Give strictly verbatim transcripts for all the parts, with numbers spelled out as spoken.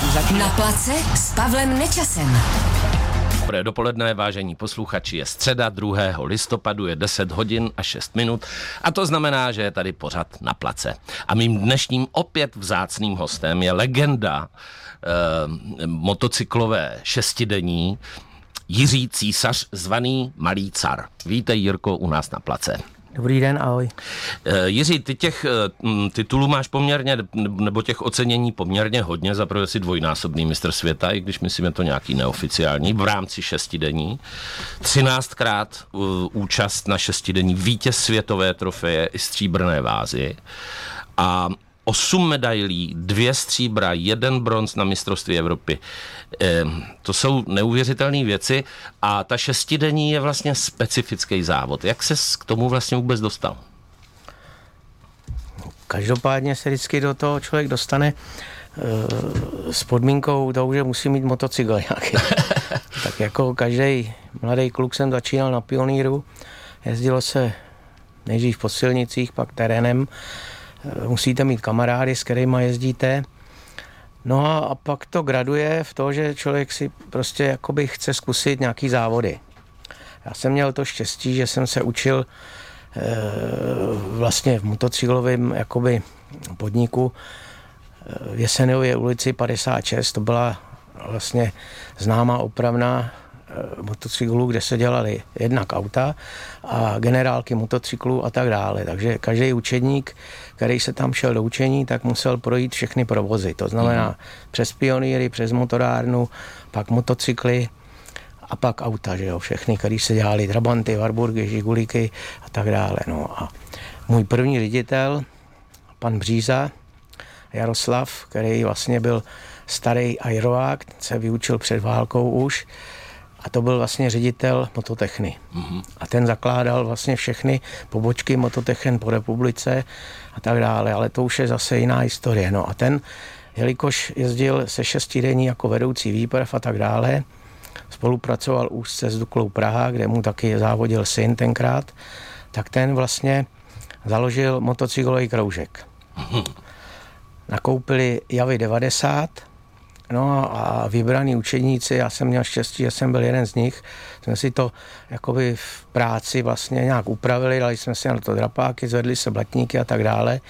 Na place s Pavlem Nečasem. Dobré dopoledne, vážení posluchači, je středa druhého listopadu, je deset hodin a šest minut a to znamená, že je tady pořad Na place. A mým dnešním opět vzácným hostem je legenda eh, motocyklové šestidenní Jiří Císař, zvaný Malý car. Vítej, Jirko, u nás Na place. Dobrý den, ahoj. Jiří, ty těch titulů máš poměrně, nebo těch ocenění poměrně hodně, zaprvé si dvojnásobný mistr světa, i když myslím, je to nějaký neoficiální, v rámci šestidení. Třináctkrát účast na šestidenní, vítěz světové trofeje i stříbrné vázy a osm medailí, dvě stříbra, jeden bronz na mistrovství Evropy. E, to jsou neuvěřitelné věci a ta šestidenní je vlastně specifický závod. Jak ses k tomu vlastně vůbec dostal? Každopádně se vždycky do toho člověk dostane e, s podmínkou toho, že musí mít motocykl nějaký. Tak jako každý mladý kluk jsem začínal na pionýru, jezdilo se nejdřív po silnicích, pak terénem. Musíte mít kamarády, s kterýma jezdíte. No a, a pak to graduje v to, že člověk si prostě jakoby chce zkusit nějaký závody. Já jsem měl to štěstí, že jsem se učil e, vlastně v motocyklovém jakoby podniku v Jesenově ulici padesát šest. To byla vlastně známá opravna motocyklů, kde se dělali jednak auta a generálky motocyklů a tak dále. Takže každý učedník, který se tam šel do učení, tak musel projít všechny provozy. To znamená mm. přes pionýry, přes motorárnu, pak motocykly a pak auta, že jo, všechny, který se dělali Trabanty, Warburgy, Žigulíky a tak dále. No a můj první ředitel, pan Bříza, Jaroslav, který vlastně byl starý aerovák, se vyučil před válkou už, a to byl vlastně ředitel Mototechny. Mm-hmm. A ten zakládal vlastně všechny pobočky Mototechen po republice a tak dále, ale to už je zase jiná historie. No a ten, jelikož jezdil se šestidenní jako vedoucí výprav a tak dále, spolupracoval úzce s Duklou Praha, kde mu taky závodil syn tenkrát, tak ten vlastně založil motocyklový kroužek. Mm-hmm. Nakoupili Javy devadesát, no a vybraný učeníci, já jsem měl štěstí, že jsem byl jeden z nich, jsme si to jakoby v práci vlastně nějak upravili, dali jsme si na to drapáky, zvedli se blatníky a tak dále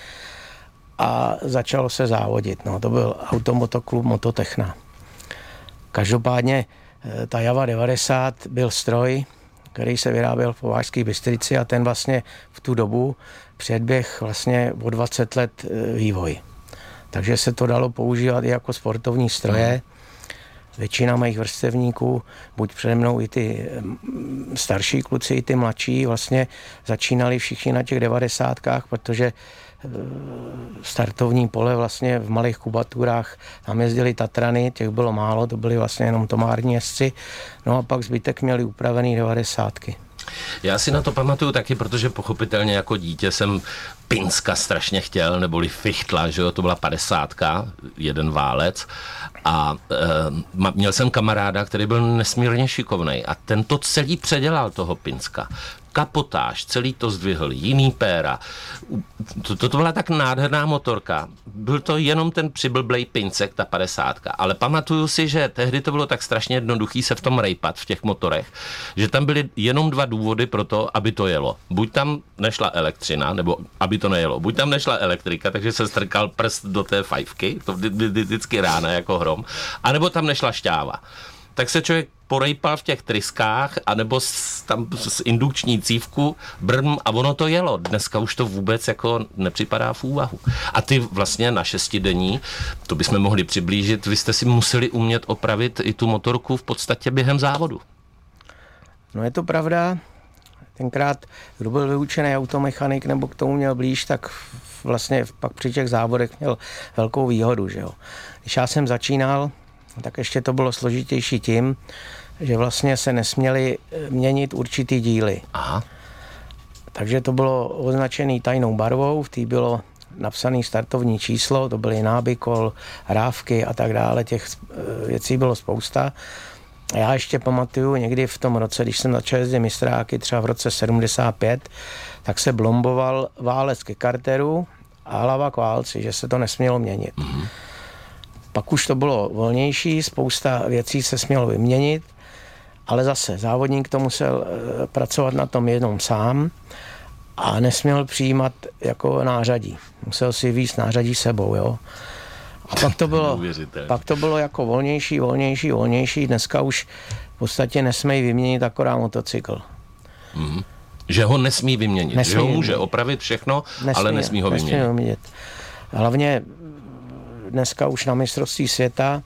a začalo se závodit. No, to byl automotoklub Mototechna. Každopádně ta Java devadesát byl stroj, který se vyráběl v Povážské Bystrici a ten vlastně v tu dobu předběh vlastně o dvacet let vývoj. Takže se to dalo používat i jako sportovní stroje. Většina mých vrstevníků, buď přede mnou i ty starší kluci, i ty mladší, vlastně začínali všichni na těch devadesátkách, protože startovní pole vlastně v malých kubaturách, tam jezdili Tatrany, těch bylo málo, to byly vlastně jenom tomární jezdci, no a pak zbytek měli upravený devadesátky. Já si na to pamatuju taky, protože pochopitelně jako dítě jsem Pinska strašně chtěl, neboli Fichtla, že jo, to byla padesátka, jeden válec a e, měl jsem kamaráda, který byl nesmírně šikovnej a ten to celý předělal toho Pinska. Kapotáž, celý to zdvihl, jiný péra. To, to, to byla tak nádherná motorka. Byl to jenom ten přiblblej Pincek, ta padesátka. Ale pamatuju si, že tehdy to bylo tak strašně jednoduchý se v tom rejpat v těch motorech, že tam byly jenom dva důvody pro to, aby to jelo. Buď tam nešla elektřina, nebo aby to nejelo. Buď tam nešla elektrika, takže se strkal prst do té fajfky, to vždycky rána jako hrom, anebo tam nešla šťáva. Tak se člověk porejpal v těch tryskách, anebo s, tam s indukční cívku, brm a ono to jelo. Dneska už to vůbec jako nepřipadá v úvahu. A ty vlastně na šestidenní, to bychom mohli přiblížit, vy jste si museli umět opravit i tu motorku v podstatě během závodu. No je to pravda. Tenkrát, kdo byl vyučený automechanik nebo k tomu měl blíž, tak vlastně pak při těch závodech měl velkou výhodu, že jo. Když já jsem začínal, tak ještě to bylo složitější tím, že vlastně se nesměly měnit určitý díly. Aha. Takže to bylo označené tajnou barvou, v té bylo napsané startovní číslo, to byly nábykol, rávky a tak dále, těch věcí bylo spousta. A já ještě pamatuju někdy v tom roce, když jsem začal jezdit mistráky, třeba v roce sedmdesát pět, tak se blomboval válec ke karteru a hlava k válci, že se to nesmělo měnit. Mm-hmm. Pak už to bylo volnější, spousta věcí se smělo vyměnit, ale zase závodník to musel pracovat na tom jenom sám a nesměl přijímat jako nářadí. Musel si víc nářadí sebou, jo. A pak to bylo, pak to bylo jako volnější, volnější, volnější. Dneska už v podstatě nesmí vyměnit akorát motocykl. Mm-hmm. Že ho nesmí vyměnit. Nesmí, že ho může opravit všechno, nesmí, ale nesmí ho vyměnit. Nesmí ho vyměnit. Hlavně dneska už na mistrovství světa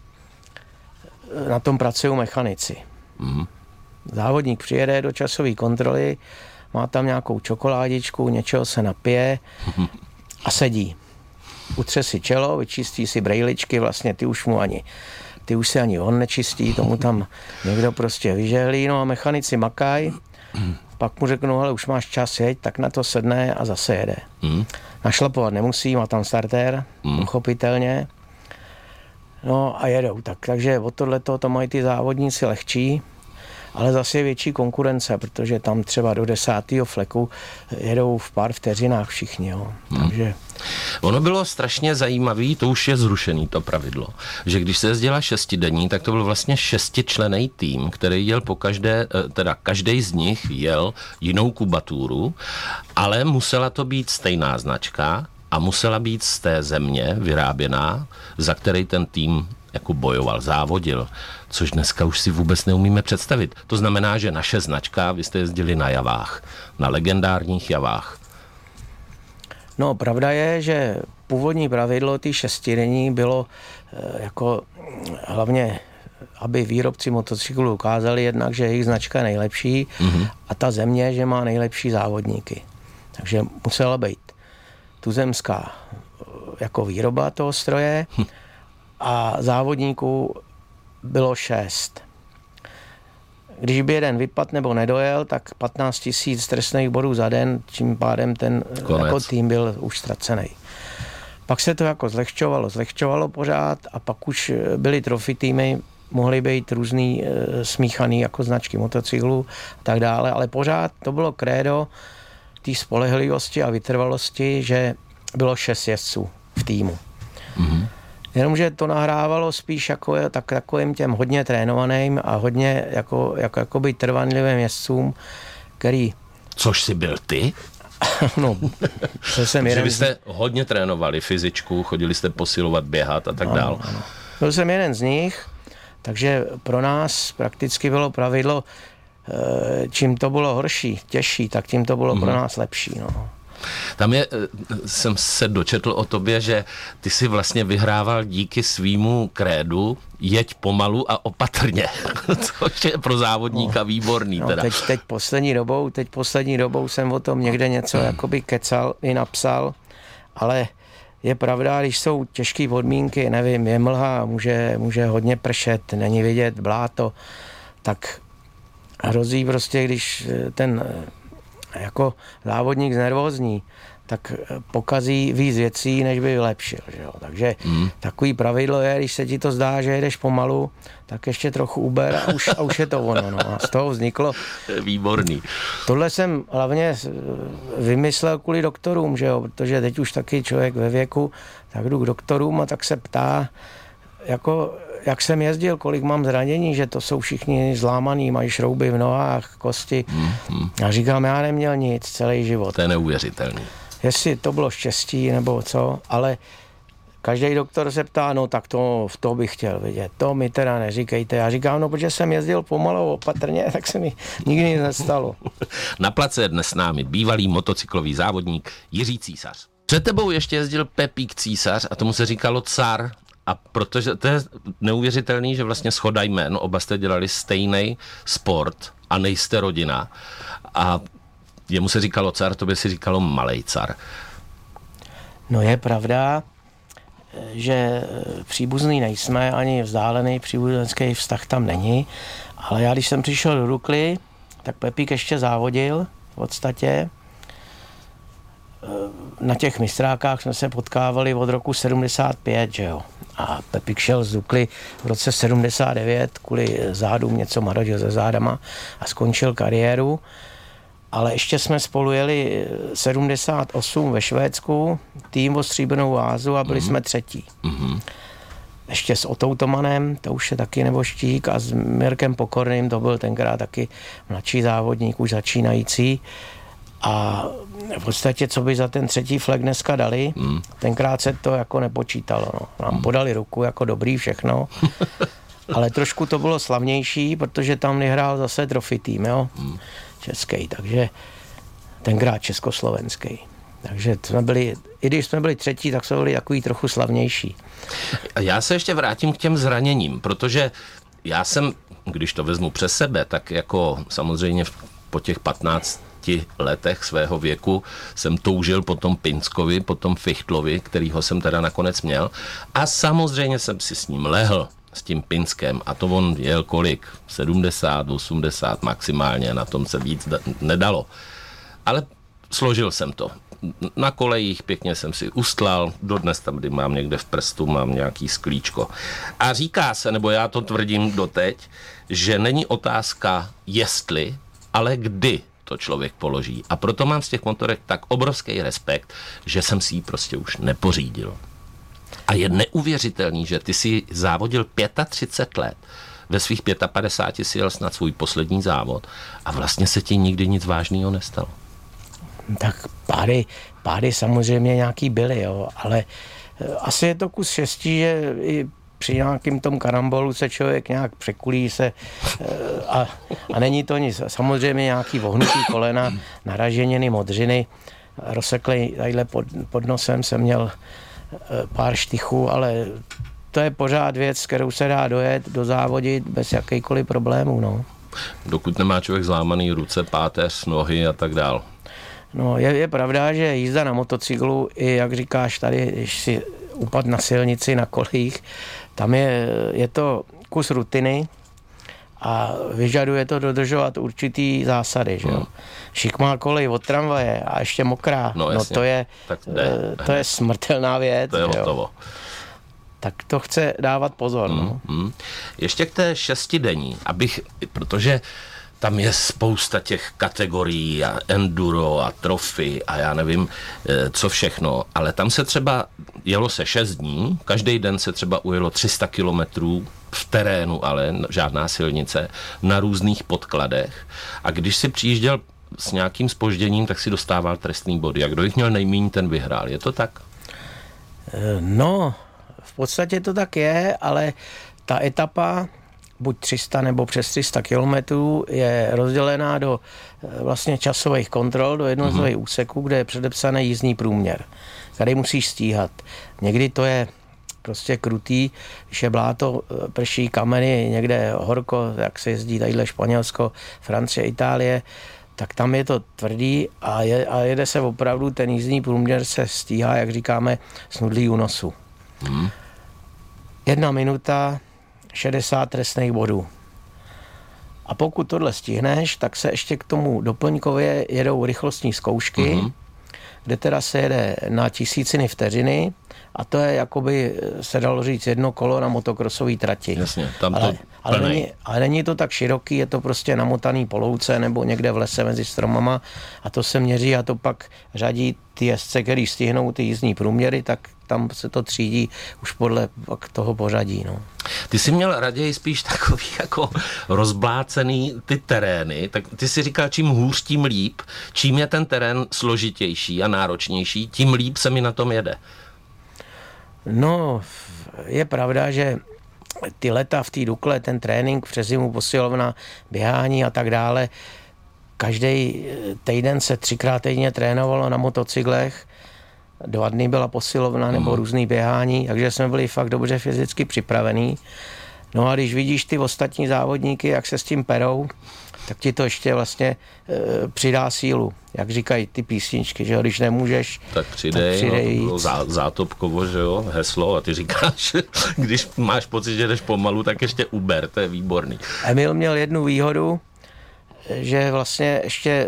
na tom pracují mechanici. Mm-hmm. Závodník přijede do časové kontroly, má tam nějakou čokoládičku, něčeho se napije mm-hmm. a sedí. Utře si čelo, vyčistí si brejličky, vlastně ty už mu ani, ty už se ani on nečistí, tomu tam někdo prostě vyžehlí, no a mechanici makají, pak mu řeknou, hele, už máš čas, jeď, tak na to sedne a zase jede. Mm. Našlapovat nemusí, má tam startér, mm. pochopitelně, no a jedou. Tak, takže od tohleto to mají ty závodníci lehčí, ale zase je větší konkurence, protože tam třeba do desátého fleku jedou v pár vteřinách všichni. Jo. Hmm. Takže... Ono bylo strašně zajímavé, to už je zrušený to pravidlo, že když se jezdila šestidenní, tak to byl vlastně šestičlenný tým, který jel po každé, teda každý z nich jel jinou kubaturu, ale musela to být stejná značka a musela být z té země vyráběná, za který ten tým jako bojoval, závodil, což dneska už si vůbec neumíme představit. To znamená, že naše značka, vy jste jezdili na javách, na legendárních javách. No, pravda je, že původní pravidlo ty šestidenní bylo jako hlavně, aby výrobci motocyklů ukázali jednak, že jejich značka je nejlepší mm-hmm. a ta země, že má nejlepší závodníky. Takže musela být tuzemská jako výroba toho stroje, hm. a závodníků bylo šest. Když by jeden vypad nebo nedojel, tak patnáct tisíc trestných bodů za den, tím pádem ten jako tým byl už ztracený. Pak se to jako zlehčovalo, zlehčovalo pořád a pak už byly trophy týmy, mohly být různý e, smíchaný jako značky motocyklů a tak dále, ale pořád to bylo krédo té spolehlivosti a vytrvalosti, že bylo šest jezdců v týmu. Mm-hmm. Jenomže to nahrávalo spíš jako tak, takovým těm hodně trénovaným a hodně jako, jako, jakoby trvanlivým jezdcům, který... Což jsi byl ty? No, to jsem jeden... Že vy jste hodně trénovali fyzičku, chodili jste posilovat, běhat a tak ano, dál. Ano. Byl jsem jeden z nich, takže pro nás prakticky bylo pravidlo, čím to bylo horší, těžší, tak tím to bylo mm-hmm. pro nás lepší. No. Tam je, jsem se dočetl o tobě, že ty si vlastně vyhrával díky svýmu krédu jeď pomalu a opatrně, což je pro závodníka no, výborný. No, teda. Teď, teď poslední dobou, teď poslední dobou jsem o tom někde něco hmm. jakoby kecal i napsal, ale je pravda, když jsou těžké podmínky, nevím, je mlha, může, může hodně pršet, není vidět bláto, tak hrozí prostě, když ten jako závodník znervózní, tak pokazí víc věcí, než by vylepšil. Že jo? Takže mm. takový pravidlo je, když se ti to zdá, že jedeš pomalu, tak ještě trochu uber a už, a už je to ono. No. A z toho vzniklo... Výborný. Tohle jsem hlavně vymyslel kvůli doktorům, že jo? Protože teď už taky člověk ve věku, tak jdu k doktorům a tak se ptá, jako... jak jsem jezdil, kolik mám zranění, že to jsou všichni zlámaný, mají šrouby v nohách, kosti. Hmm, hmm. A říkám, já neměl nic celý život. To je neuvěřitelný. Jestli to bylo štěstí nebo co, ale každý doktor se ptá, no tak to, v to bych chtěl vidět. To mi teda neříkejte. Já říkám, no protože jsem jezdil pomalu opatrně, tak se mi nikdy nic nestalo. Na place je dnes s námi bývalý motocyklový závodník Jiří Císař. Před tebou ještě jezdil Pepík Císař a tomu se říkalo Car. A protože to je neuvěřitelný, že vlastně shoda jmén, oba jste dělali stejný sport a nejste rodina. A jemu se říkalo Car, tobě si říkalo Malej Car. No je pravda, že příbuzný nejsme, ani vzdálený příbuzenský vztah tam není, ale já když jsem přišel do Dukly, tak Pepík ještě závodil v podstatě. Na těch mistrákách jsme se potkávali od roku sedmdesát pět, že jo. A Pepík šel z Dukly v roce sedmdesát devět, kvůli zádům něco marodil se zádama a skončil kariéru. Ale ještě jsme spolu jeli sedmdesát osm ve Švédsku, tým o stříbrnou vázu a byli mm-hmm. jsme třetí. Mm-hmm. ještě s Otou Tomanem, to už je taky neboštík, a s Mirkem Pokorným, to byl tenkrát taky mladší závodník, už začínající. A v podstatě, co by za ten třetí flag dneska dali, mm. tenkrát se to jako nepočítalo. No. Nám podali ruku jako dobrý všechno, ale trošku to bylo slavnější, protože tam nehrál zase trophy tým, jo, mm. český, takže tenkrát československý. Takže jsme byli, i když jsme byli třetí, tak jsme byli takový trochu slavnější. Já se ještě vrátím k těm zraněním, protože já jsem, když to vezmu přes sebe, tak jako samozřejmě po těch patnácti letech svého věku jsem toužil po tom Pinskovi, po tom Fichtlovi, kterýho jsem teda nakonec měl, a samozřejmě jsem si s ním lehl, s tím Pinskem, a to on jel kolik? sedmdesát, osmdesát maximálně, na tom se víc nedalo. Ale složil jsem to. Na kolejích pěkně jsem si ustlal, dodnes tam, kdy mám někde v prstu, mám nějaký sklíčko. A říká se, nebo já to tvrdím doteď, že není otázka jestli, ale kdy to člověk položí. A proto mám z těch motorek tak obrovský respekt, že jsem si ji prostě už nepořídil. A je neuvěřitelný, že ty si závodil třicet pět let. Ve svých padesát pěti si jel snad svůj poslední závod a vlastně se ti nikdy nic vážného nestalo. Tak pády, pády samozřejmě nějaký byly, jo, ale asi je to kus štěstí, že i při nějakým tom karambolu se člověk nějak překulí se a, a není to nic. Samozřejmě nějaký vohnutý kolena, naraženiny modřiny, rozseklej tadyhle pod, pod nosem jsem měl pár štychů, ale to je pořád věc, kterou se dá dojet, dozávodit bez jakýkoliv problémů, no. Dokud nemá člověk zlámaný ruce, páteř, nohy a tak dál. No, je, je pravda, že jízda na motocyklu, i jak říkáš tady, když si upad na silnici, na kolích, tam je, je to kus rutiny a vyžaduje to dodržovat určitý zásady, že jo. Hmm. Šikmá kolej od tramvaje a ještě mokrá, no, no to je, to je smrtelná věc. To je hotovo. Tak to chce dávat pozor. Hmm, no. hmm. Ještě k té šestidenní, abych, protože tam je spousta těch kategorií a enduro a trofy a já nevím, co všechno, ale tam se třeba jelo se šest dní, každý den se třeba ujelo tři sta kilometrů v terénu, ale žádná silnice, na různých podkladech, a když si přijížděl s nějakým zpožděním, tak si dostával trestný body. A kdo jich měl nejméně, ten vyhrál. Je to tak? No, v podstatě to tak je, ale ta etapa buď tři sta nebo přes tři sta kilometrů je rozdělená do vlastně časových kontrol, do jednotlivých mm-hmm. úseků, kde je předepsaný jízdní průměr, který musíš stíhat. Někdy to je prostě krutý, když je bláto, prší, kameny, někde horko, jak se jezdí tadyhle Španělsko, Francie, Itálie, tak tam je to tvrdý a, je, a jede se opravdu, ten jízdní průměr se stíhá, jak říkáme, s nudlí únosu. Mm. Jedna minuta, šedesát trestných bodů. A pokud tohle stihneš, tak se ještě k tomu doplňkově jedou rychlostní zkoušky, mm-hmm. kde teda se jede na tisíciny vteřiny a to je, jakoby se dalo říct, jedno kolo na motokrosové trati. Jasně, tam to ale, ale, není, ale není to tak široký, je to prostě namotaný po louce nebo někde v lese mezi stromama a to se měří a to pak řadí ty jezdce, který stihnou ty jízdní průměry, tak tam se to třídí už podle toho pořadí. No. Ty jsi měl raději spíš takový jako rozblácený ty terény, tak ty si říkal, čím hůř, tím líp. Čím je ten terén složitější a náročnější, tím líp se mi na tom jede. No, je pravda, že ty leta v té Dukle, ten trénink přes zimu, posilovna, běhání a tak dále, každý týden se třikrát týdně trénovalo na motocyklech, dva dny byla posilovna nebo mm. různý běhání, takže jsme byli fakt dobře fyzicky připravení. No a když vidíš ty ostatní závodníky, jak se s tím perou, tak ti to ještě vlastně e, přidá sílu. Jak říkají ty písničky, že jo, když nemůžeš, tak přidej, tak přidej no, zá, zátopkovo, že jo, heslo, a ty říkáš, když máš pocit, že jdeš pomalu, tak ještě uber, to je výborný. Emil měl jednu výhodu, že vlastně ještě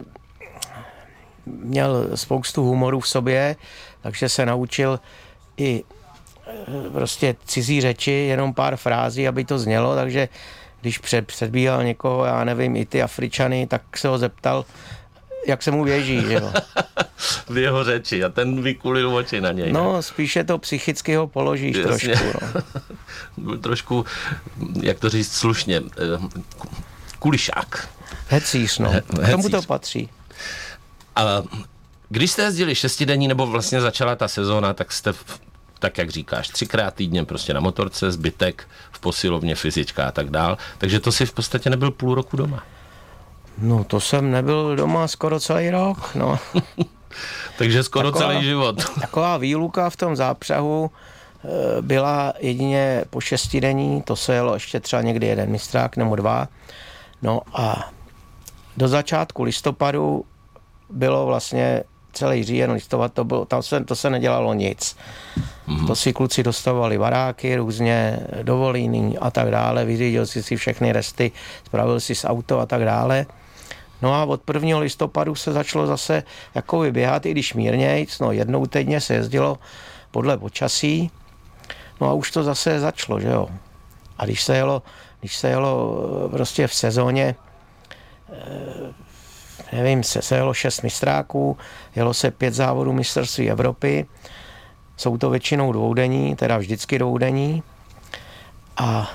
měl spoustu humoru v sobě, takže se naučil i prostě cizí řeči, jenom pár frází, aby to znělo, takže když předbíhal někoho, já nevím, i ty Afričany, tak se ho zeptal, jak se mu věží, že jo. V jeho řeči a ten vykulil oči na něj. No, spíše to psychicky ho položíš. Jasně. Trošku. No. Trošku, jak to říct slušně, kulišák. Hecíš, no. He, hecíš. Tomu to patří. A když jste jezdili šestidenní, nebo vlastně začala ta sezóna, tak jste, tak jak říkáš, třikrát týdně prostě na motorce, zbytek v posilovně, fyzička a tak dál. Takže to si v podstatě nebyl půl roku doma. No, to jsem nebyl doma skoro celý rok, no. Takže skoro taková, celý život. Taková výluka v tom zápřahu byla jedině po šestidenní, to se jelo ještě třeba někdy jeden mistrák nebo dva. No a do začátku listopadu bylo vlastně celý říjen, listopad, to, bylo, tam se, to se nedělalo nic. Mm-hmm. To si kluci dostavovali baráky, různě dovolíný a tak dále, vyřídil si si všechny resty, spravil si z auto a tak dále. No a od prvního listopadu se začalo zase jako vyběhat, i když mírnějc, no jednou týdně se jezdilo podle počasí, no a už to zase začalo, že jo. A když se jelo, když se jelo prostě v sezóně, nevím, se, se jelo šest mistráků, jelo se pět závodů mistrovství Evropy, jsou to většinou dvoudenní, teda vždycky dvoudenní. A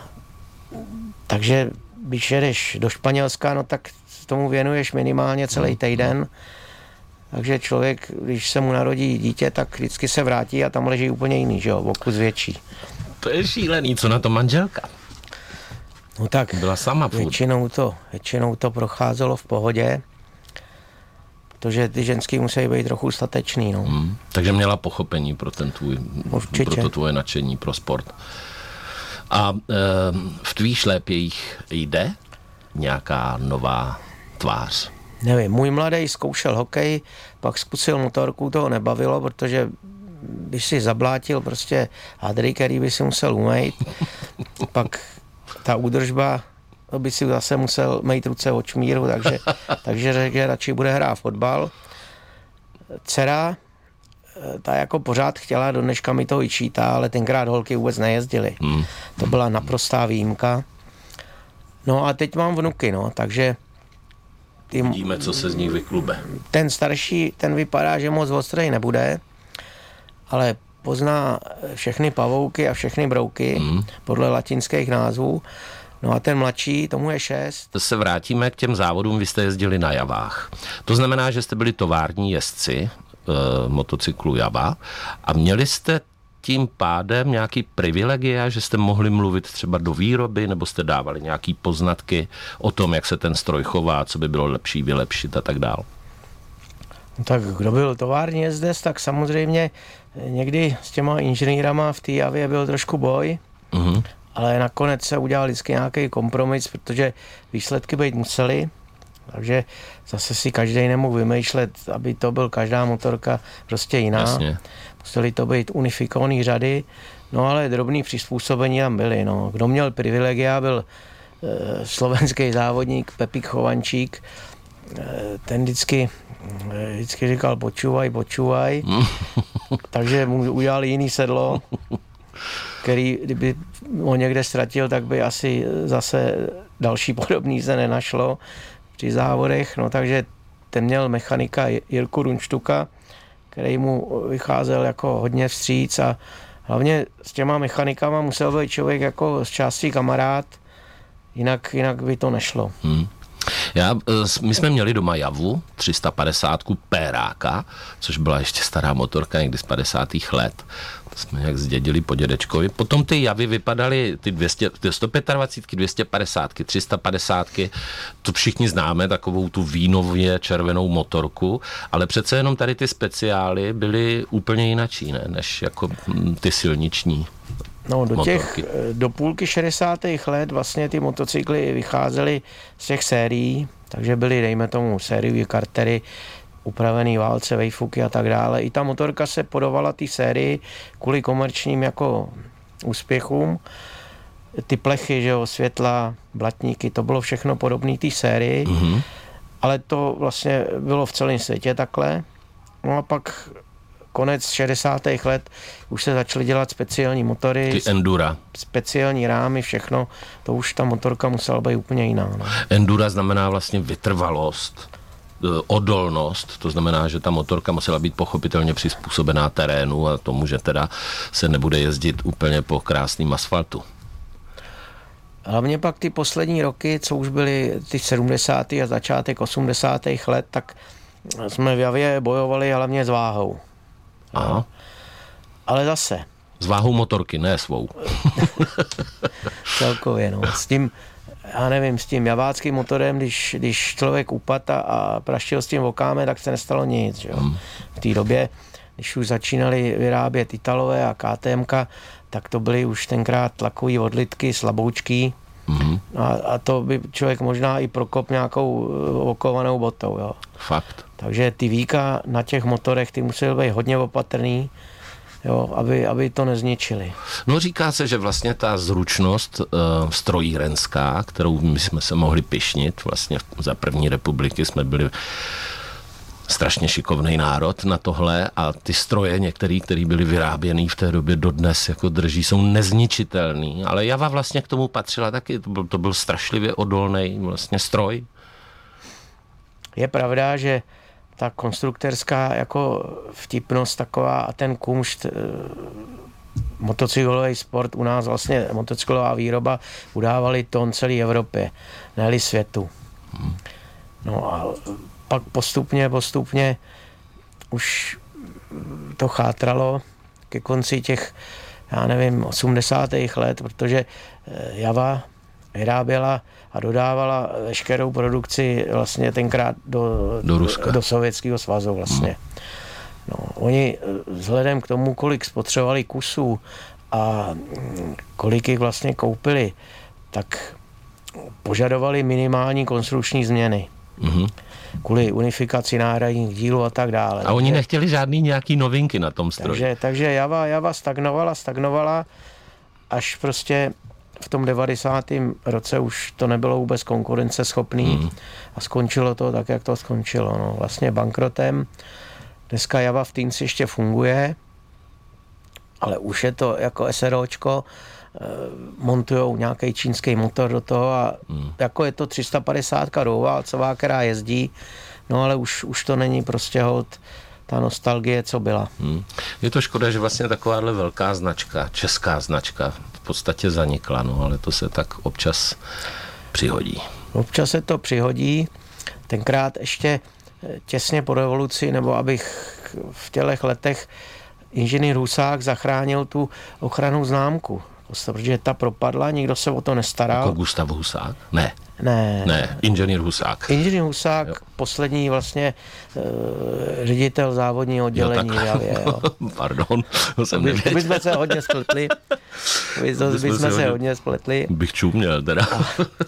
takže když jedeš do Španělska, no tak tomu věnuješ minimálně celý týden. Takže člověk, když se mu narodí dítě, tak vždycky se vrátí a tam leží úplně jiný, že jo, o kus větší. To je šílený, co na to manželka? No tak byla sama většinou to, většinou to procházelo v pohodě, protože ty ženský musí být trochu statečný, no. Hmm, takže měla pochopení pro ten tvůj, určitě, pro to tvoje nadšení pro sport. A e, v tvých šlépějích jde nějaká nová tvář? Nevím, můj mladý zkoušel hokej, pak zkusil motorku, toho nebavilo, protože by si zablátil prostě hadry, který by si musel umýt. Pak ta údržba, to by si zase musel mít ruce od šmíru, takže, takže řekl, že radši bude hrát fotbal. Dcera, ta jako pořád chtěla, do dneška mi to vyčítá, ale tenkrát holky vůbec nejezdily. Hmm. To byla naprostá výjimka. No a teď mám vnuky, no, takže ty, vidíme, co se z nich vyklube. Ten starší, ten vypadá, že moc ostrej nebude, ale pozná všechny pavouky a všechny brouky hmm. podle latinských názvů. No a ten mladší, tomu je šest. To se vrátíme k těm závodům, vy jste jezdili na javách. To znamená, že jste byli tovární jezdci e, motocyklu Java a měli jste tím pádem nějaký privilegia, že jste mohli mluvit třeba do výroby, nebo jste dávali nějaký poznatky o tom, jak se ten stroj chová, co by bylo lepší vylepšit a tak dál. No tak kdo byl tovární jezdec, tak samozřejmě někdy s těma inženýrama v té Javě byl trošku boj, uh-huh. ale nakonec se udělal vždycky nějaký kompromis, protože výsledky být museli, takže zase si každý nemohl vymýšlet, aby to byl každá motorka prostě jiná. Jasně. Museli to být unifikovaný řady, no ale drobný přizpůsobení tam byly. No. Kdo měl privilegia, byl e, slovenský závodník Pepík Chovančík, e, ten vždycky, e, vždycky říkal počúvaj, počúvaj, takže mu udělali jiný sedlo, který kdyby ho někde ztratil, tak by asi zase další podobný se nenašlo při závodech, no takže ten měl mechanika Jirku Runštuka, který mu vycházel jako hodně vstříc a hlavně s těma mechanikama musel být člověk jako z částí kamarád, jinak, jinak by to nešlo. Hmm. Já, my jsme měli doma Javu tři sta padesát Péráka, což byla ještě stará motorka někdy z padesátých let. To jsme jak zdědili po dědečkovi. Potom ty Javy vypadaly, ty dvě stě, sto dvacet pět, dvě stě padesát, tři sta padesát, to všichni známe, takovou tu vínově červenou motorku, ale přece jenom tady ty speciály byly úplně jinačí, ne, než jako ty silniční. No, do těch, do půlky šedesátých let vlastně ty motocykly vycházely z těch sérií, takže byly, dejme tomu, sériové kartery, upravený válce, vejfuky a tak dále. I ta motorka se podovala té sérii kvůli komerčním jako úspěchům. Ty plechy, že jo, světla, blatníky, to bylo všechno podobné té sérii, mm-hmm. ale to vlastně bylo v celém světě takhle. No a pak konec šedesátých let už se začaly dělat speciální motory. Ty Endura. Speciální rámy, všechno. To už ta motorka musela být úplně jiná. No. Endura znamená vlastně vytrvalost. odolnost, to znamená, že ta motorka musela být pochopitelně přizpůsobená terénu a tomu, že teda se nebude jezdit úplně po krásném asfaltu. Hlavně pak ty poslední roky, co už byly ty sedmdesátých a začátek osmdesátých let, tak jsme v Javě bojovali hlavně s váhou. Aha. Ale zase. S váhou motorky, ne svou. Celkově, no. S tím, já nevím, s tím javáckým motorem, když, když člověk upad a praštil s tím vokáme, tak se nestalo nic, že jo. Hmm. V té době, když už začínali vyrábět Italové a KTMka, tak to byly už tenkrát tlakový odlitky, slaboučký. Mm-hmm. A, a to by člověk možná i prokop nějakou okovanou botou. Jo. Fakt. Takže ty víka na těch motorech, ty musely být hodně opatrný, jo, aby, aby to nezničili. No říká se, že vlastně ta zručnost uh, strojírenská, kterou my jsme se mohli pyšnit, vlastně za první republiky jsme byli strašně šikovný národ na tohle a ty stroje některý, který byly vyráběný v té době dodnes jako drží, jsou nezničitelný, ale Java vlastně k tomu patřila taky, to byl, to byl strašlivě odolný vlastně stroj. Je pravda, že ta konstruktorská jako vtipnost taková a ten kumšt, motocyklový sport u nás vlastně, motocyklová výroba udávali ton celé Evropě, ne-li světu. Hmm. No a pak postupně, postupně už to chátralo ke konci těch, já nevím, osmdesátých let, protože Java vyráběla a dodávala veškerou produkci vlastně tenkrát do, do, Ruska. do Sovětského svazu vlastně. No, oni vzhledem k tomu, kolik spotřebovali kusů a kolik jich vlastně koupili, tak požadovali minimální konstrukční změny. Mm-hmm. Kvůli unifikaci náhradních dílů a tak dále. A oni takže nechtěli žádný nějaký novinky na tom stroji. Takže, takže Java, Java stagnovala, stagnovala, až prostě v tom devadesátém roce už to nebylo vůbec konkurenceschopný mm. a skončilo to tak, jak to skončilo. No, vlastně bankrotem. Dneska Java v Týnci ještě funguje, ale už je to jako SROčko, montujou nějaký čínský motor do toho a hmm. jako je to tři sta padesát válcová, která jezdí, no ale už, už to není prostě hod ta nostalgie, co byla. Hmm. Je to škoda, že vlastně takováhle velká značka, česká značka v podstatě zanikla, no ale to se tak občas přihodí. Občas se to přihodí, tenkrát ještě těsně po revoluci, nebo abych v těchto letech inženýr Husák zachránil tu ochrannou známku. Protože ta propadla, nikdo se o to nestaral. Jako Gustav Husák? Ne. Ne. Ne, inženýr Husák. Inženýr Husák, jo. Poslední vlastně uh, ředitel závodního oddělení. Jo, Javě, jo. Pardon, to jsem nevěděl. To bychom se hodně spletli. To bychom se hodně, hodně spletli. Bych čuměl teda. A,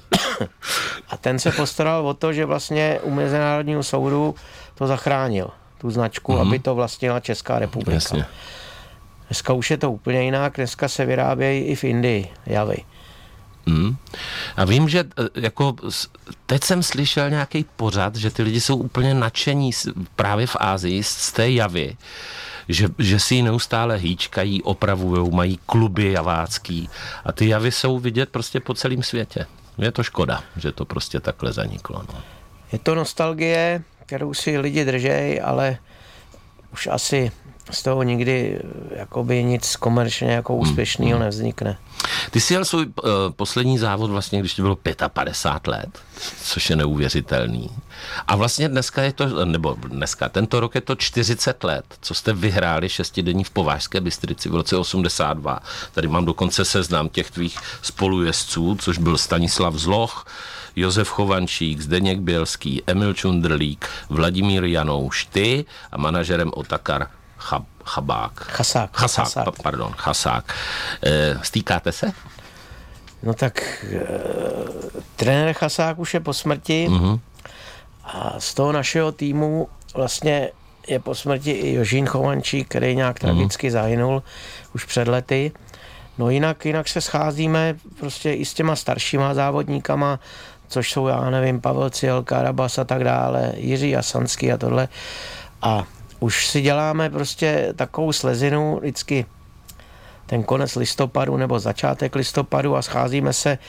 a ten se postaral o to, že vlastně u Mezinárodního soudu to zachránil, tu značku, mm-hmm. aby to vlastnila Česká republika. Jasně. Dneska už je to úplně jinak, dneska se vyrábějí i v Indii Javy. Hmm. A vím, že jako teď jsem slyšel nějaký pořad, že ty lidi jsou úplně nadšení právě v Asii z té Javy, že, že si ji neustále hýčkají, opravujou, mají kluby javácký a ty Javy jsou vidět prostě po celém světě. Je to škoda, že to prostě takhle zaniklo. No. Je to nostalgie, kterou si lidi držej, ale už asi z toho nikdy jakoby nic komerčně jako úspěšného hmm. nevznikne. Ty jsi jel svůj uh, poslední závod vlastně, když ti bylo padesát pět let, což je neuvěřitelný. A vlastně dneska je to, nebo dneska, tento rok je to čtyřicet let, co jste vyhráli šestidenní v Považské Bystrici v roce osmdesát dva. Tady mám dokonce seznam těch tvých spolujezdců, což byl Stanislav Zloch, Josef Chovančík, Zdeněk Bělský, Emil Čundrlík, Vladimír Janouš, ty a manažerem Otakar Chab, Chabák. Chasák. Chasák, Chasák. Pa, pardon, Chasák. E, stýkáte se? No tak e, trenér Chasák už je po smrti mm-hmm. a z toho našeho týmu vlastně je po smrti i Jožín Chovančík, který nějak mm-hmm. tragicky zahynul už před lety. No jinak, jinak se scházíme prostě i s těma staršíma závodníkama, což jsou, já nevím, Pavel Ciel, Karabas a tak dále, Jiří Jasanský a tohle. A už si děláme prostě takovou slezinu vždycky ten konec listopadu nebo začátek listopadu a scházíme se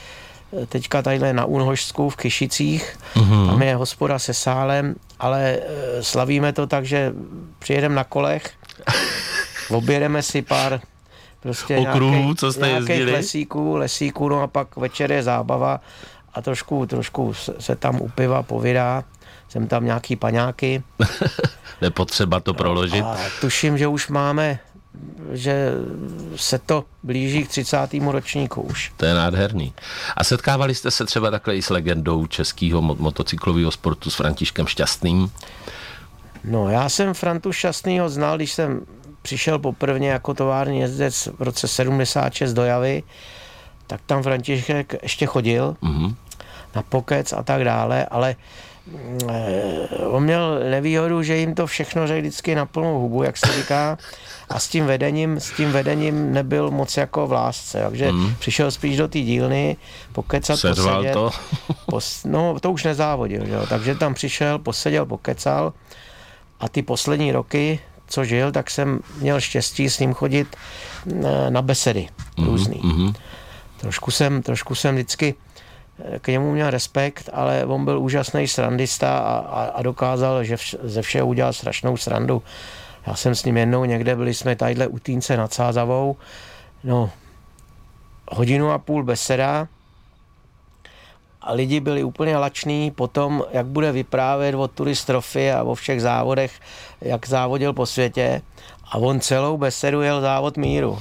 teďka tadyhle na Unhošsku v Kyšicích, mm-hmm. tam je hospoda se sálem, ale slavíme to tak, že přijedeme na kolech, objedeme si pár prostě okruhů, co jste jezdili? lesíků, lesíků, no a pak večer je zábava a trošku, trošku se tam u piva povídá, jsem tam nějaký paňáky. Nepotřeba to proložit. A tuším, že už máme, že se to blíží k třicátému ročníku už. To je nádherný. A setkávali jste se třeba takhle i s legendou českého motocyklového sportu, s Františkem Šťastným? No, já jsem Frantu Šťastnýho znal, když jsem přišel poprvně jako tovární jezdec v roce sedmdesát šest do Javy, tak tam František ještě chodil mm-hmm. na pokec a tak dále, ale on měl nevýhodu, že jim to všechno řekl vždycky na plnou hubu, jak se říká, a s tím vedením, s tím vedením nebyl moc jako v lásce, takže mm. přišel spíš do té dílny, pokecat, Sedval posedět. to? Pos, no, to už nezávodil, že jo? Takže tam přišel, poseděl, pokecal a ty poslední roky, co žil, tak jsem měl štěstí s ním chodit na besedy mm. různý. Mm. Trošku jsem, trošku jsem vždycky k němu měl respekt, ale on byl úžasný srandista a, a, a dokázal, že vš, ze všeho udělal strašnou srandu. Já jsem s ním jednou někde, byli jsme tadyhle u Týnce nad Sázavou, no, hodinu a půl beseda a lidi byli úplně lační potom, jak bude vyprávět o turistrofii a o všech závodech, jak závodil po světě, a on celou besedu jel závod míru.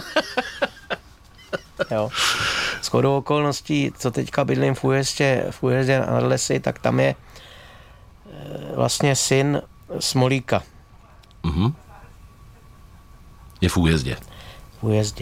Jo. Shodou okolností, co teďka bydlím v Újezdě, v Újezdě nad Lesy, tak tam je vlastně syn Smolíka. Mm-hmm. Je v Újezdě. V Újezdě.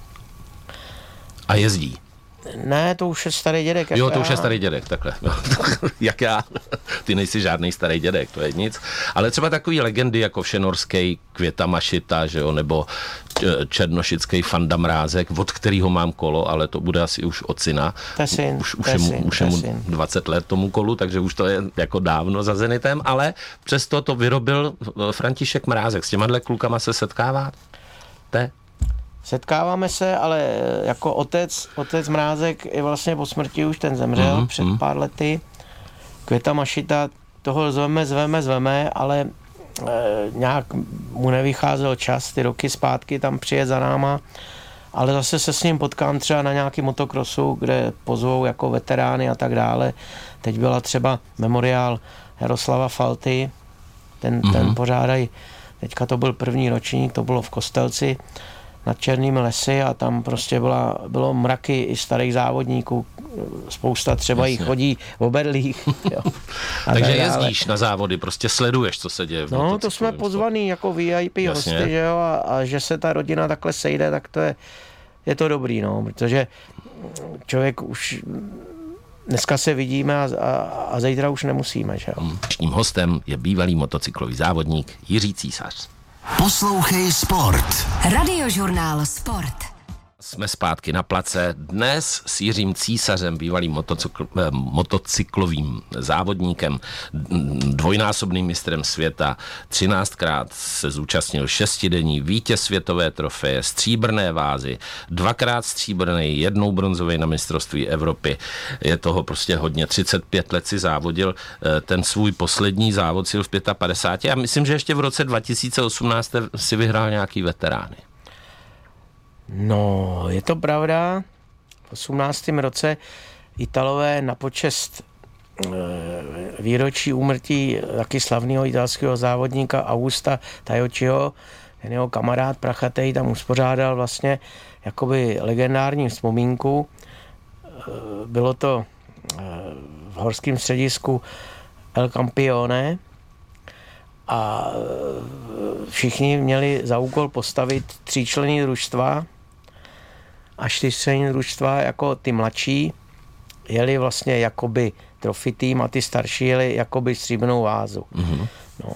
A jezdí? Ne, to už je starý dědek. Jo, to já. už je starý dědek, takhle. Jak já. Ty nejsi žádný starý dědek, to je nic. Ale třeba takový legendy jako Všenorský Květa Mašita, že jo, nebo černošický Fanda Mrázek, od kterého mám kolo, ale to bude asi už od syna. Syn, už už je mu, už je mu dvacet let tomu kolu, takže už to je jako dávno za Zenitem, ale přesto to vyrobil František Mrázek. S těma klukama se setkáváte? Setkáváme se, ale jako otec, otec Mrázek je vlastně po smrti, už ten zemřel mm-hmm. před pár lety. Květa Mašita, toho zveme, zveme, zveme, ale e, nějak mu nevycházel čas, ty roky zpátky tam přijet za náma, ale zase se s ním potkám třeba na nějaký motokrosu, kde pozvou jako veterány a tak dále. Teď byla třeba memoriál Jaroslava Falty, ten, mm-hmm. ten pořádají, teďka to byl první ročník, to bylo v Kostelci, nad Černými lesy a tam prostě byla, bylo mraky i starých závodníků. Spousta třeba jich chodí v oberlích. Jo. Takže jezdíš na závody, prostě sleduješ, co se děje v No, to jsme pozvaný jako V I P hosty, že jo, a, a že se ta rodina takhle sejde, tak to je, je to dobrý, no, protože člověk už dneska se vidíme a, a, a zítra už nemusíme, že jo. Dnešním hostem je bývalý motocyklový závodník Jiří Císař. Poslouchej Sport. Radiožurnál Sport. Jsme zpátky na place. Dnes s Jiřím Císařem, bývalým motocykl, eh, motocyklovým závodníkem, dvojnásobným mistrem světa, třináctkrát se zúčastnil šestidenní vítěz světové trofeje, stříbrné vázy, dvakrát stříbrný, jednou bronzový na mistrovství Evropy. Je toho prostě hodně, třicet pět let si závodil. Ten svůj poslední závod sil v padesát pět a myslím, že ještě v roce dva tisíce osmnáct si vyhrál nějaký veterány. No, je to pravda. V osmnáctém roce Italové na počest e, výročí úmrtí taky slavného italského závodníka Augusta Tajocciho, ten jeho kamarád Prachatej tam uspořádal vlastně jakoby legendární vzpomínku. E, bylo to e, v horském středisku El Campione a všichni měli za úkol postavit tříčlenný družstva a čtyřčlenný družstva jako ty mladší jeli vlastně jakoby trophy tým a ty starší jeli jakoby stříbrnou vázu. Mm-hmm. No.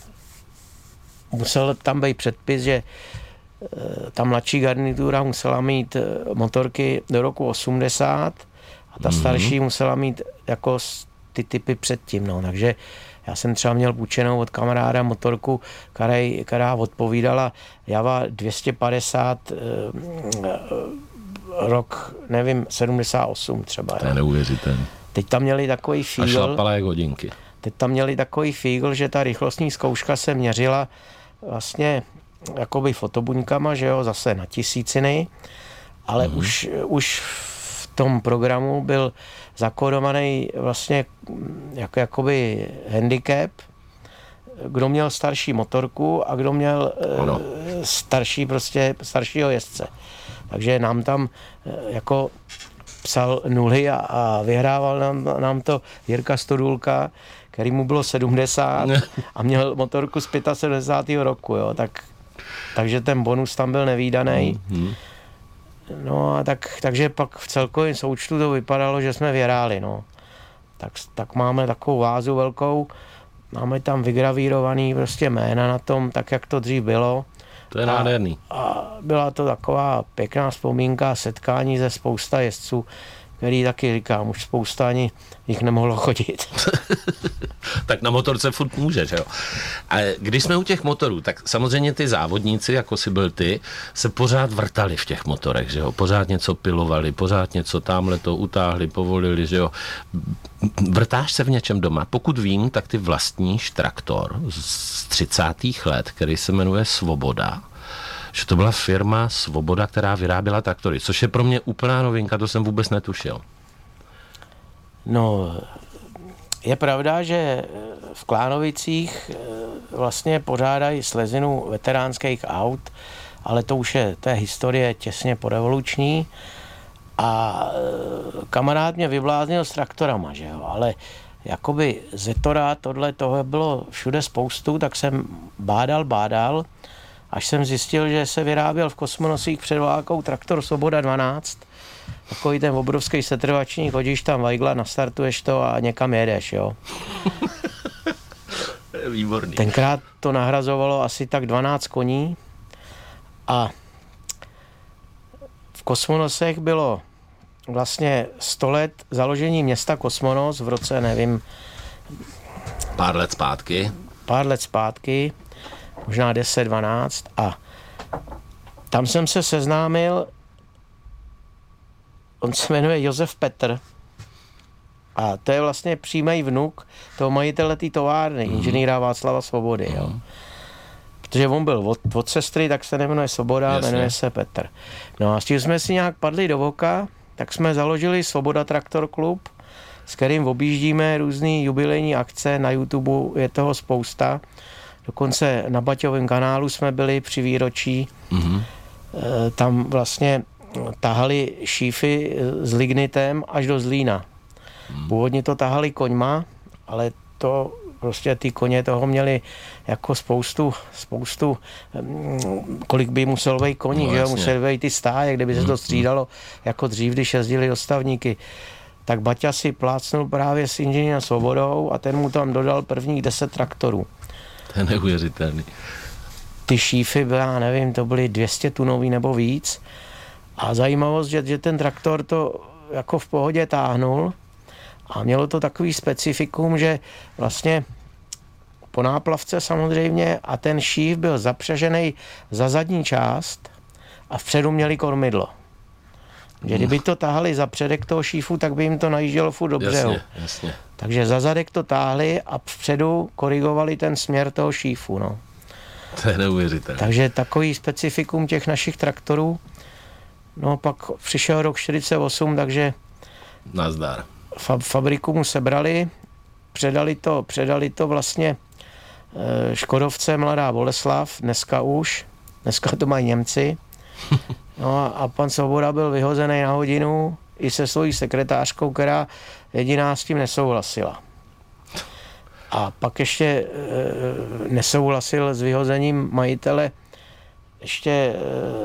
Musel tam být předpis, že ta mladší garnitura musela mít motorky do roku osmdesát a ta mm-hmm. starší musela mít jako ty typy předtím. No. Takže já jsem třeba měl půjčenou od kamaráda motorku, která odpovídala Java dvě stě padesát rok, nevím, sedmdesát osm třeba. To je neuvěřitelné. Teď tam měli takový fígl. A šlapala jak hodinky. Teď tam měli takový fígl, že ta rychlostní zkouška se měřila vlastně jakoby fotobuňkama, že jo, zase na tisíciny, ale mm. už, už v tom programu byl zakódovaný vlastně jako, jakoby handicap, kdo měl starší motorku a kdo měl ano. starší prostě, staršího jezdce. Takže nám tam jako psal nuly a, a vyhrával nám, nám to Jirka Stodulka, který mu bylo sedmdesát a měl motorku z sedmdesátého pátého roku, jo, tak, takže ten bonus tam byl nevídaný. Mm-hmm. No a tak, takže pak v celkovém součtu to vypadalo, že jsme vyhráli, no. Tak, tak máme takovou vázu velkou, máme tam vygravírovaný prostě jména na tom, tak jak to dřív bylo. To je nádherný. A byla to taková pěkná vzpomínka, setkání ze spousta jezdců, který taky říkám, už spousta ani jich nemohlo chodit. Tak na motorce furt může, že jo? A když jsme u těch motorů, tak samozřejmě ty závodníci, jako si byl ty, se pořád vrtali v těch motorech, že jo? Pořád něco pilovali, pořád něco tamhle to utáhli, povolili, že jo? Vrtáš se v něčem doma? Pokud vím, tak ty vlastníš traktor z třicátých let, který se jmenuje Svoboda. Že to byla firma Svoboda, která vyráběla traktory, což je pro mě úplná novinka, to jsem vůbec netušil. No, je pravda, že v Klánovicích vlastně pořádají slezinu veteránských aut, ale to už je, to je historie těsně porevoluční a kamarád mě vybláznil s traktorama, že jo, ale jakoby Zetora, tohle toho bylo všude spoustu, tak jsem bádal, bádal, až jsem zjistil, že se vyráběl v Kosmonosích před válkou traktor Svoboda dvanáct, takový ten obrovský setrvačník, hodíš tam vajgla, nastartuješ to a někam jedeš, jo. Výborný. Tenkrát to nahrazovalo asi tak dvanáct koní a v Kosmonosech bylo vlastně sto let založení města Kosmonos v roce, nevím... Pár let zpátky. Pár let zpátky, možná deset dvanáct a tam jsem se seznámil, on se jmenuje Josef Petr a to je vlastně přímý vnuk toho majitele té továrny, mm. inženýra Václava Svobody, mm. jo. Protože on byl od, od sestry, tak se nemenuje Svoboda, jasně. Jmenuje se Petr. No a s tím jsme si nějak padli do voka, tak jsme založili Svoboda Traktor Klub, s kterým objíždíme různý jubilejní akce, na YouTube je toho spousta. Dokonce na Baťovém kanálu jsme byli při výročí. Mm-hmm. Tam vlastně tahali šífy s lignitem až do Zlína. Mm. Původně to tahali koňma, ale to prostě ty koně toho měli jako spoustu, spoustu, kolik by muselo být koní, no, že jo, museli být ty stáje, kde by se to střídalo jako dřív, když jezdili dostavníky. Tak Baťa si plácnul právě s inženýrem Svobodou a ten mu tam dodal prvních deset traktorů. To je neuvěřitelný. Ty šífy byly, já nevím, to byly dvě stě tunový nebo víc. A zajímavost, že, že ten traktor to jako v pohodě táhnul a mělo to takový specifikum, že vlastně po náplavce samozřejmě a ten šíf byl zapřažený za zadní část a vpředu měli kormidlo. Že kdyby to tahali za předek toho šífu, tak by jim to najíždělo furt do břehu. Jasně, jasně. Takže za zadek to táhli a vpředu korigovali ten směr toho šífu. No. To je neuvěřitelné. Takže takový specifikum těch našich traktorů. No pak přišel rok čtyřicet osm, takže nazdar. Fa- fabriku mu sebrali, předali to, předali to vlastně e, Škodovce Mladá Boleslav, dneska už, dneska to mají Němci. No a pan Svoboda byl vyhozený na hodinu i se svojí sekretářkou, která jediná s tím nesouhlasila. A pak ještě e, nesouhlasil s vyhozením majitele, ještě e,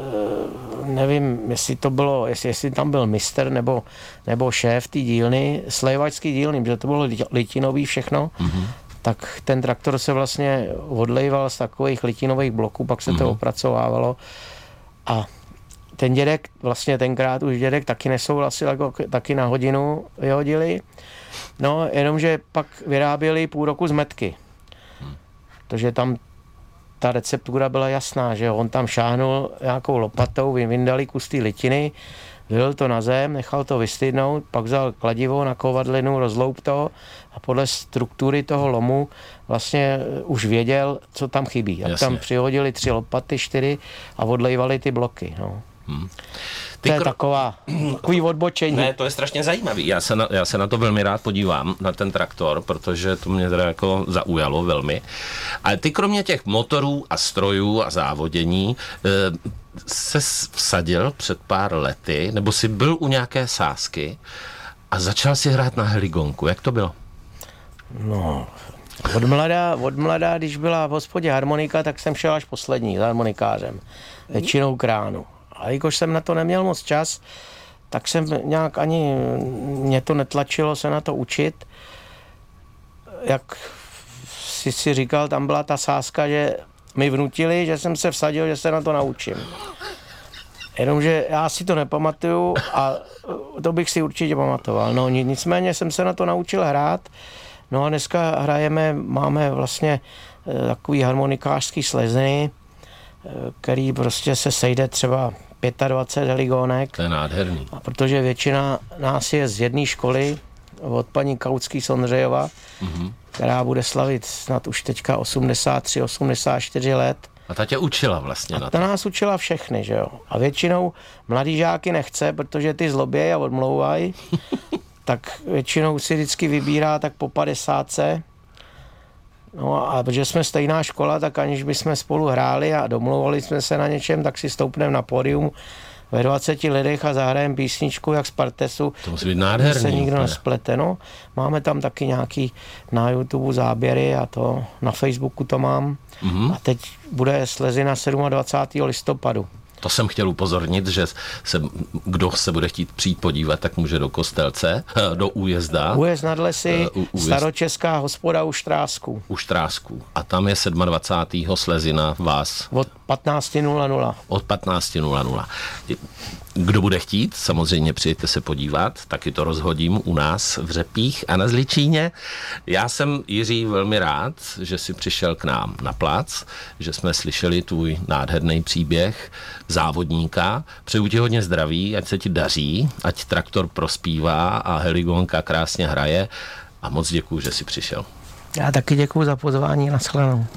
nevím, jestli to bylo, jestli, jestli tam byl mistr nebo, nebo šéf té dílny, slejvačský dílny, protože to bylo litinový všechno, mm-hmm. tak ten traktor se vlastně odlejval z takových litinových bloků, pak se mm-hmm. to opracovávalo a ten dědek, vlastně tenkrát už dědek taky nesouhlasil, jako taky na hodinu vyhodili. No, jenomže pak vyráběli půl roku zmetky. Protože tam ta receptura byla jasná, že on tam šáhnul nějakou lopatou, vyndali kus té litiny, vylil to na zem, nechal to vystydnout, pak vzal kladivo na kovadlinu, rozloup to a podle struktury toho lomu vlastně už věděl, co tam chybí. Jak tam přihodili tři lopaty, čtyři a odlejvali ty bloky. No. Hmm. Ty to je kro... taková, takový odbočení. Ne, to je strašně zajímavý. Já se, na, já se na to velmi rád podívám, na ten traktor, protože to mě teda jako zaujalo velmi. Ale ty kromě těch motorů a strojů a závodění e, se vsadil před pár lety, nebo jsi byl u nějaké sázky a začal si hrát na heligonku. Jak to bylo? No, od mladá, od mladá, když byla v hospodě harmonika, tak jsem šel až poslední s harmonikářem. Většinou kránu. A jakož jsem na to neměl moc čas, tak jsem nějak ani, mě to netlačilo se na to učit. Jak jsi si říkal, tam byla ta sázka, že mi vnutili, že jsem se vsadil, že se na to naučím. Jenomže já si to nepamatuju a to bych si určitě pamatoval. No nicméně jsem se na to naučil hrát. No a dneska hrajeme, máme vlastně takový harmonikářský sleziny, který prostě se sejde třeba dvacet pět heligónek. To je nádherný. A protože většina nás je z jedné školy, od paní Kautský Sondřejova, mm-hmm. která bude slavit snad už teďka osmdesát tři osmdesát čtyři let. A ta tě učila vlastně a na to? Ta nás učila všechny, že jo. A většinou mladý žáky nechce, protože ty zlobějí a odmlouvají, tak většinou si vždycky vybírá tak po padesátce. No a protože jsme stejná škola, tak aniž bychom spolu hráli a domlouvali jsme se na něčem, tak si stoupneme na pódium ve dvaceti lidech a zahrajeme písničku jak z Partesu. To musí být nádherný. Se nikdo nesplete, no. Máme tam taky nějaký na YouTube záběry a to na Facebooku to mám. Mm-hmm. A teď bude slezina dvacátého sedmého listopadu. To jsem chtěl upozornit, že se, kdo se bude chtít přijít podívat, tak může do Kostelce, do Újezda. Újezd nad lesy, uh, újezd. Staročeská hospoda u Štrásku. U Štrásku. A tam je dvacátého sedmého slezina vás. Od patnáct nula nula. Od patnáct nula nula. Kdo bude chtít, samozřejmě přijďte se podívat, taky to rozhodím u nás v Řepích a na Zličíně. Já jsem, Jiří, velmi rád, že jsi přišel k nám na plac, že jsme slyšeli tvůj nádherný příběh závodníka. Přeju ti hodně zdraví, ať se ti daří, ať traktor prospívá a heligonka krásně hraje a moc děkuju, že jsi přišel. Já taky děkuju za pozvání, nashledanou.